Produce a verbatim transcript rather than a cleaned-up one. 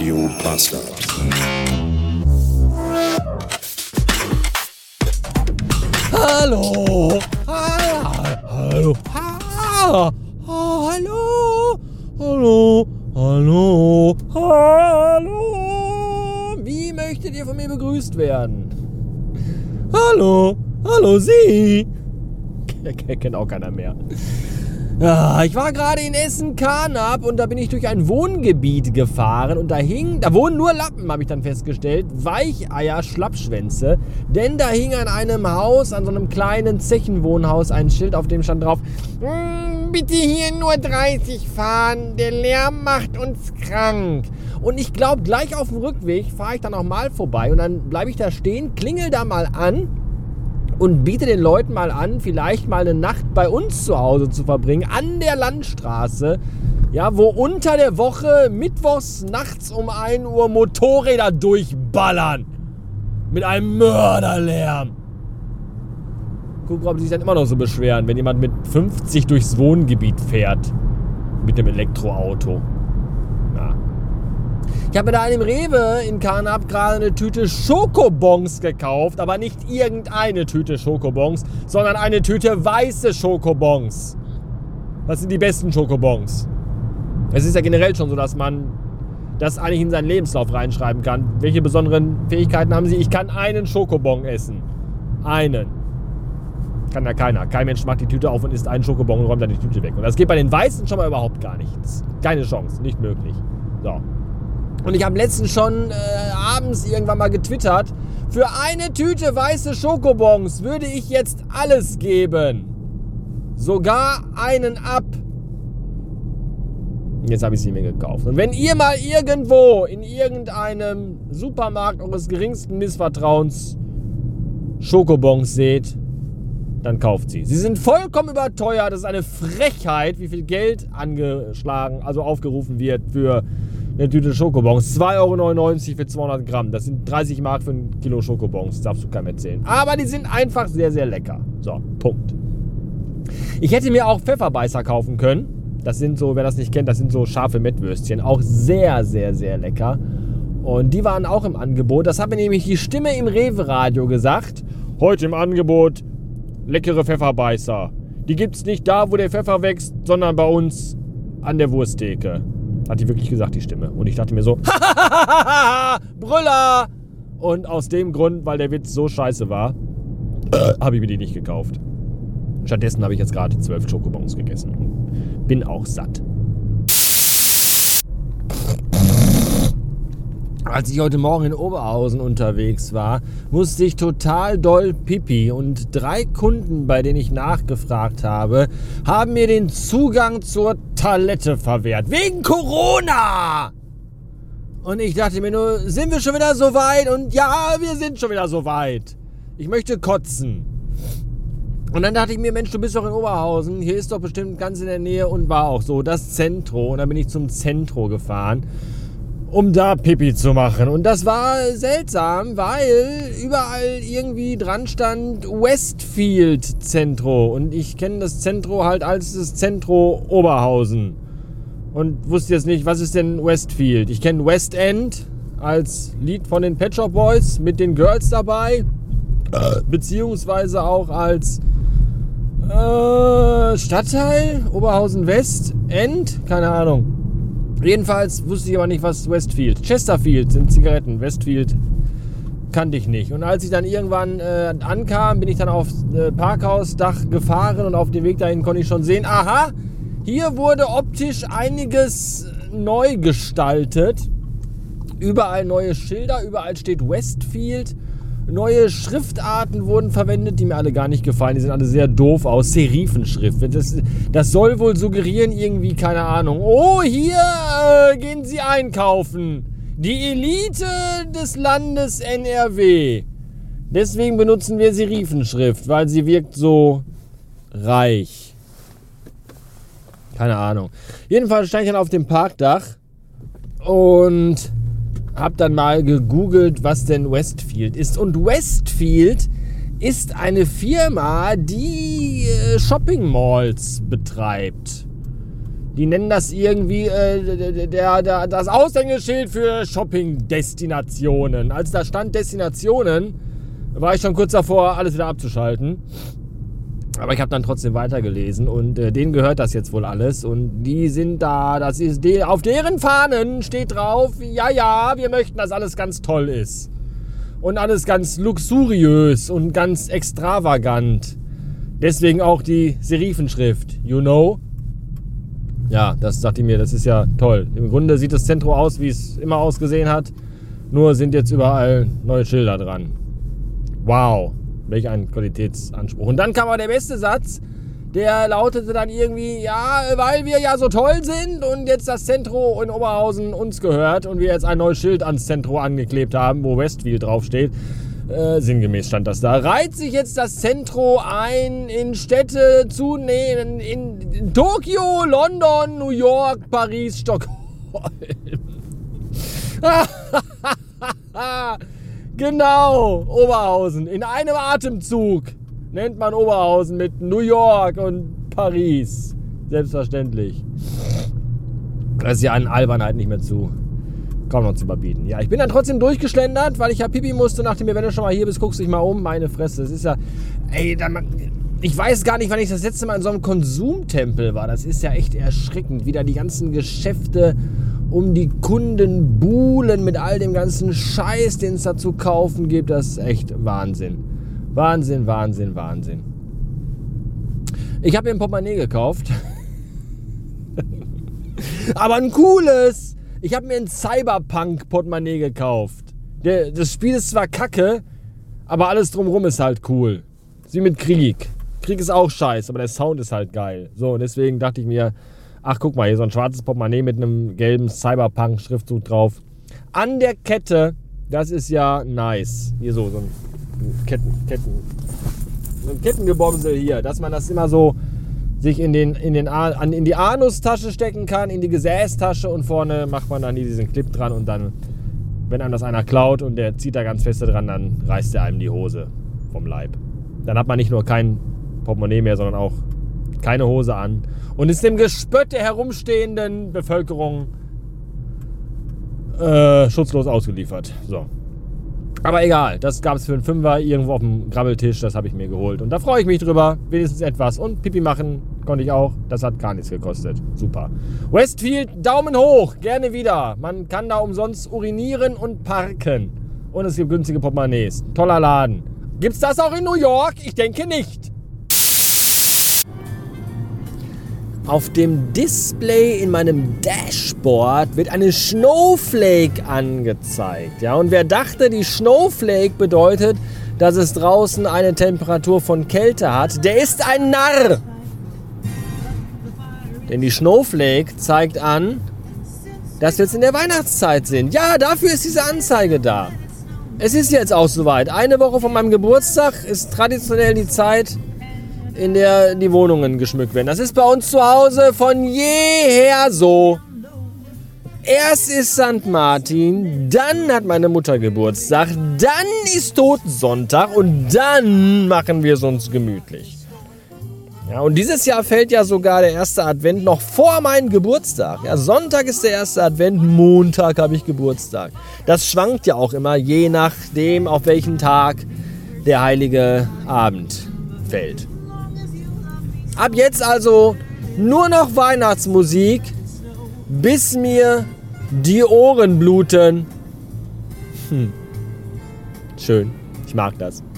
Radio Bastard. Hallo. Hallo. Hallo. Hallo. Hallo. Hallo. Hallo. Wie möchtet ihr von mir begrüßt werden? Hallo. Hallo, Sie. Kennt auch keiner mehr. Ja, ich war gerade in Essen-Karnap und da bin ich durch ein Wohngebiet gefahren und da hing, da wohnen nur Lappen, habe ich dann festgestellt, Weicheier, Schlappschwänze, denn da hing an einem Haus, an so einem kleinen Zechenwohnhaus ein Schild, auf dem stand drauf, bitte hier nur dreißig fahren, der Lärm macht uns krank. Und ich glaube, gleich auf dem Rückweg fahre ich dann nochmal vorbei und dann bleibe ich da stehen, klingel da mal an und biete den Leuten mal an, vielleicht mal eine Nacht bei uns zu Hause zu verbringen, an der Landstraße, ja, wo unter der Woche mittwochs nachts um ein Uhr Motorräder durchballern. Mit einem Mörderlärm. Guck, ob sie sich dann immer noch so beschweren, wenn jemand mit fünfzig durchs Wohngebiet fährt. Mit dem Elektroauto. Ja. Ich habe mir da in dem Rewe in Karnap gerade eine Tüte Schokobons gekauft, aber nicht irgendeine Tüte Schokobons, sondern eine Tüte weiße Schokobons. Das sind die besten Schokobons. Es ist ja generell schon so, dass man das eigentlich in seinen Lebenslauf reinschreiben kann. Welche besonderen Fähigkeiten haben Sie? Ich kann einen Schokobon essen. Einen. Kann ja keiner. Kein Mensch macht die Tüte auf und isst einen Schokobon und räumt dann die Tüte weg. Und das geht bei den Weißen schon mal überhaupt gar nicht. Keine Chance, nicht möglich. So. Und ich habe letztens schon äh, abends irgendwann mal getwittert, für eine Tüte weiße Schokobons würde ich jetzt alles geben. Sogar einen ab. Jetzt habe ich sie mir gekauft. Und wenn ihr mal irgendwo in irgendeinem Supermarkt eures geringsten Missvertrauens Schokobons seht, dann kauft sie. Sie sind vollkommen überteuert. Das ist eine Frechheit, wie viel Geld angeschlagen, also aufgerufen wird für eine Tüte Schokobons. zwei Euro neunundneunzig für zweihundert Gramm. Das sind dreißig Mark für ein Kilo Schokobons. Das darfst du keinem erzählen. Aber die sind einfach sehr, sehr lecker. So, Punkt. Ich hätte mir auch Pfefferbeißer kaufen können. Das sind so, wer das nicht kennt, das sind so scharfe Mettwürstchen. Auch sehr, sehr, sehr lecker. Und die waren auch im Angebot. Das hat mir nämlich die Stimme im Rewe-Radio gesagt. Heute im Angebot leckere Pfefferbeißer. Die gibt's nicht da, wo der Pfeffer wächst, sondern bei uns an der Wursttheke. Hat die wirklich gesagt, die Stimme. Und ich dachte mir so, Brüller! Und aus dem Grund, weil der Witz so scheiße war, äh, habe ich mir die nicht gekauft. Stattdessen habe ich jetzt gerade zwölf Schokobons gegessen und bin auch satt. Als ich heute Morgen in Oberhausen unterwegs war, musste ich total doll Pipi und drei Kunden, bei denen ich nachgefragt habe, haben mir den Zugang zur Toilette verwehrt. Wegen Corona! Und ich dachte mir nur, sind wir schon wieder so weit? Und ja, wir sind schon wieder so weit. Ich möchte kotzen. Und dann dachte ich mir, Mensch, du bist doch in Oberhausen, hier ist doch bestimmt ganz in der Nähe und war auch so, das Zentro. Und dann bin ich zum Zentro gefahren, um da Pipi zu machen. Und das war seltsam, weil überall irgendwie dran stand Westfield Zentro. Und ich kenne das Zentro halt als das Zentro Oberhausen. Und wusste jetzt nicht, was ist denn Westfield? Ich kenne West End als Lied von den Pet Shop Boys mit den Girls dabei. Beziehungsweise auch als äh, Stadtteil Oberhausen West End, keine Ahnung. Jedenfalls wusste ich aber nicht, was Westfield. Chesterfield sind Zigaretten, Westfield kannte ich nicht. Und als ich dann irgendwann äh, ankam, bin ich dann aufs äh, Parkhausdach gefahren und auf dem Weg dahin konnte ich schon sehen, aha, hier wurde optisch einiges neu gestaltet. Überall neue Schilder, überall steht Westfield. Neue Schriftarten wurden verwendet, die mir alle gar nicht gefallen. Die sehen alle sehr doof aus. Serifenschrift. Das, das soll wohl suggerieren irgendwie, keine Ahnung. Oh, hier äh, gehen Sie einkaufen. Die Elite des Landes N R W. Deswegen benutzen wir Serifenschrift, weil sie wirkt so reich. Keine Ahnung. Jedenfalls stand ich dann auf dem Parkdach und hab dann mal gegoogelt, was denn Westfield ist. Und Westfield ist eine Firma, die Shopping Malls betreibt. Die nennen das irgendwie äh, der, der, das Aushängeschild für Shopping-Destinationen. Als da stand Destinationen, war ich schon kurz davor, alles wieder abzuschalten. Aber ich habe dann trotzdem weitergelesen und äh, denen gehört das jetzt wohl alles. Und die sind da, das ist de, auf deren Fahnen steht drauf, ja, ja, wir möchten, dass alles ganz toll ist. Und alles ganz luxuriös und ganz extravagant. Deswegen auch die Serifenschrift, you know? Ja, das dachte ich mir, das ist ja toll. Im Grunde sieht das Zentrum aus, wie es immer ausgesehen hat. Nur sind jetzt überall neue Schilder dran. Wow, welch ein Qualitätsanspruch. Und dann kam aber der beste Satz, der lautete dann irgendwie, ja, weil wir ja so toll sind und jetzt das Zentrum in Oberhausen uns gehört und wir jetzt ein neues Schild ans Zentrum angeklebt haben, wo Westfield draufsteht. Äh, sinngemäß stand das da. Reiht sich jetzt das Zentrum ein in Städte zu, nee, in, in Tokio, London, New York, Paris, Stockholm. Genau, Oberhausen. In einem Atemzug nennt man Oberhausen mit New York und Paris. Selbstverständlich. Das ist ja an Albernheit nicht mehr zu kaum noch zu überbieten. Ja, ich bin dann trotzdem durchgeschlendert, weil ich ja Pipi musste. Dachte mir, wenn du schon mal hier bist, guckst dich mal um. Meine Fresse, das ist ja... Ey, dann, ich weiß gar nicht, wann ich das letzte Mal in so einem Konsumtempel war. Das ist ja echt erschreckend. Wieder die ganzen Geschäfte um die Kunden buhlen mit all dem ganzen Scheiß, den es da zu kaufen gibt. Das ist echt Wahnsinn. Wahnsinn, Wahnsinn, Wahnsinn. Ich habe mir ein Portemonnaie gekauft. Aber ein cooles. Ich habe mir ein Cyberpunk-Portemonnaie gekauft. Der, das Spiel ist zwar kacke, aber alles drumherum ist halt cool. Wie mit Krieg. Krieg ist auch scheiße, aber der Sound ist halt geil. So, und deswegen dachte ich mir, ach guck mal, hier so ein schwarzes Portemonnaie mit einem gelben Cyberpunk-Schriftzug drauf. An der Kette, das ist ja nice. Hier so, so ein Ketten, Ketten, so ein Kettengebomsel hier, dass man das immer so sich in, den, in, den, an, in die Anustasche stecken kann, in die Gesäßtasche und vorne macht man dann diesen Clip dran und dann, wenn einem das einer klaut und der zieht da ganz feste dran, dann reißt er einem die Hose vom Leib. Dann hat man nicht nur kein Portemonnaie mehr, sondern auch keine Hose an und ist dem Gespött der herumstehenden Bevölkerung äh, schutzlos ausgeliefert. So. Aber egal, das gab es für einen Fünfer irgendwo auf dem Grabbeltisch, das habe ich mir geholt. Und da freue ich mich drüber, wenigstens etwas. Und Pipi machen konnte ich auch, das hat gar nichts gekostet. Super. Westfield, Daumen hoch, gerne wieder. Man kann da umsonst urinieren und parken. Und es gibt günstige Portemonnaies. Toller Laden. Gibt's das auch in New York? Ich denke nicht. Auf dem Display in meinem Dashboard wird eine Snowflake angezeigt. Ja, und wer dachte, die Snowflake bedeutet, dass es draußen eine Temperatur von Kälte hat, der ist ein Narr. Denn die Snowflake zeigt an, dass wir jetzt in der Weihnachtszeit sind. Ja, dafür ist diese Anzeige da. Es ist jetzt auch soweit. Eine Woche von meinem Geburtstag ist traditionell die Zeit, in der die Wohnungen geschmückt werden. Das ist bei uns zu Hause von jeher so. Erst ist Sankt Martin, dann hat meine Mutter Geburtstag, dann ist Totensonntag und dann machen wir es uns gemütlich. Ja, und dieses Jahr fällt ja sogar der erste Advent noch vor meinem Geburtstag. Ja, Sonntag ist der erste Advent, Montag habe ich Geburtstag. Das schwankt ja auch immer, je nachdem, auf welchen Tag der heilige Abend fällt. Ab jetzt also nur noch Weihnachtsmusik, bis mir die Ohren bluten. Hm. Schön, ich mag das.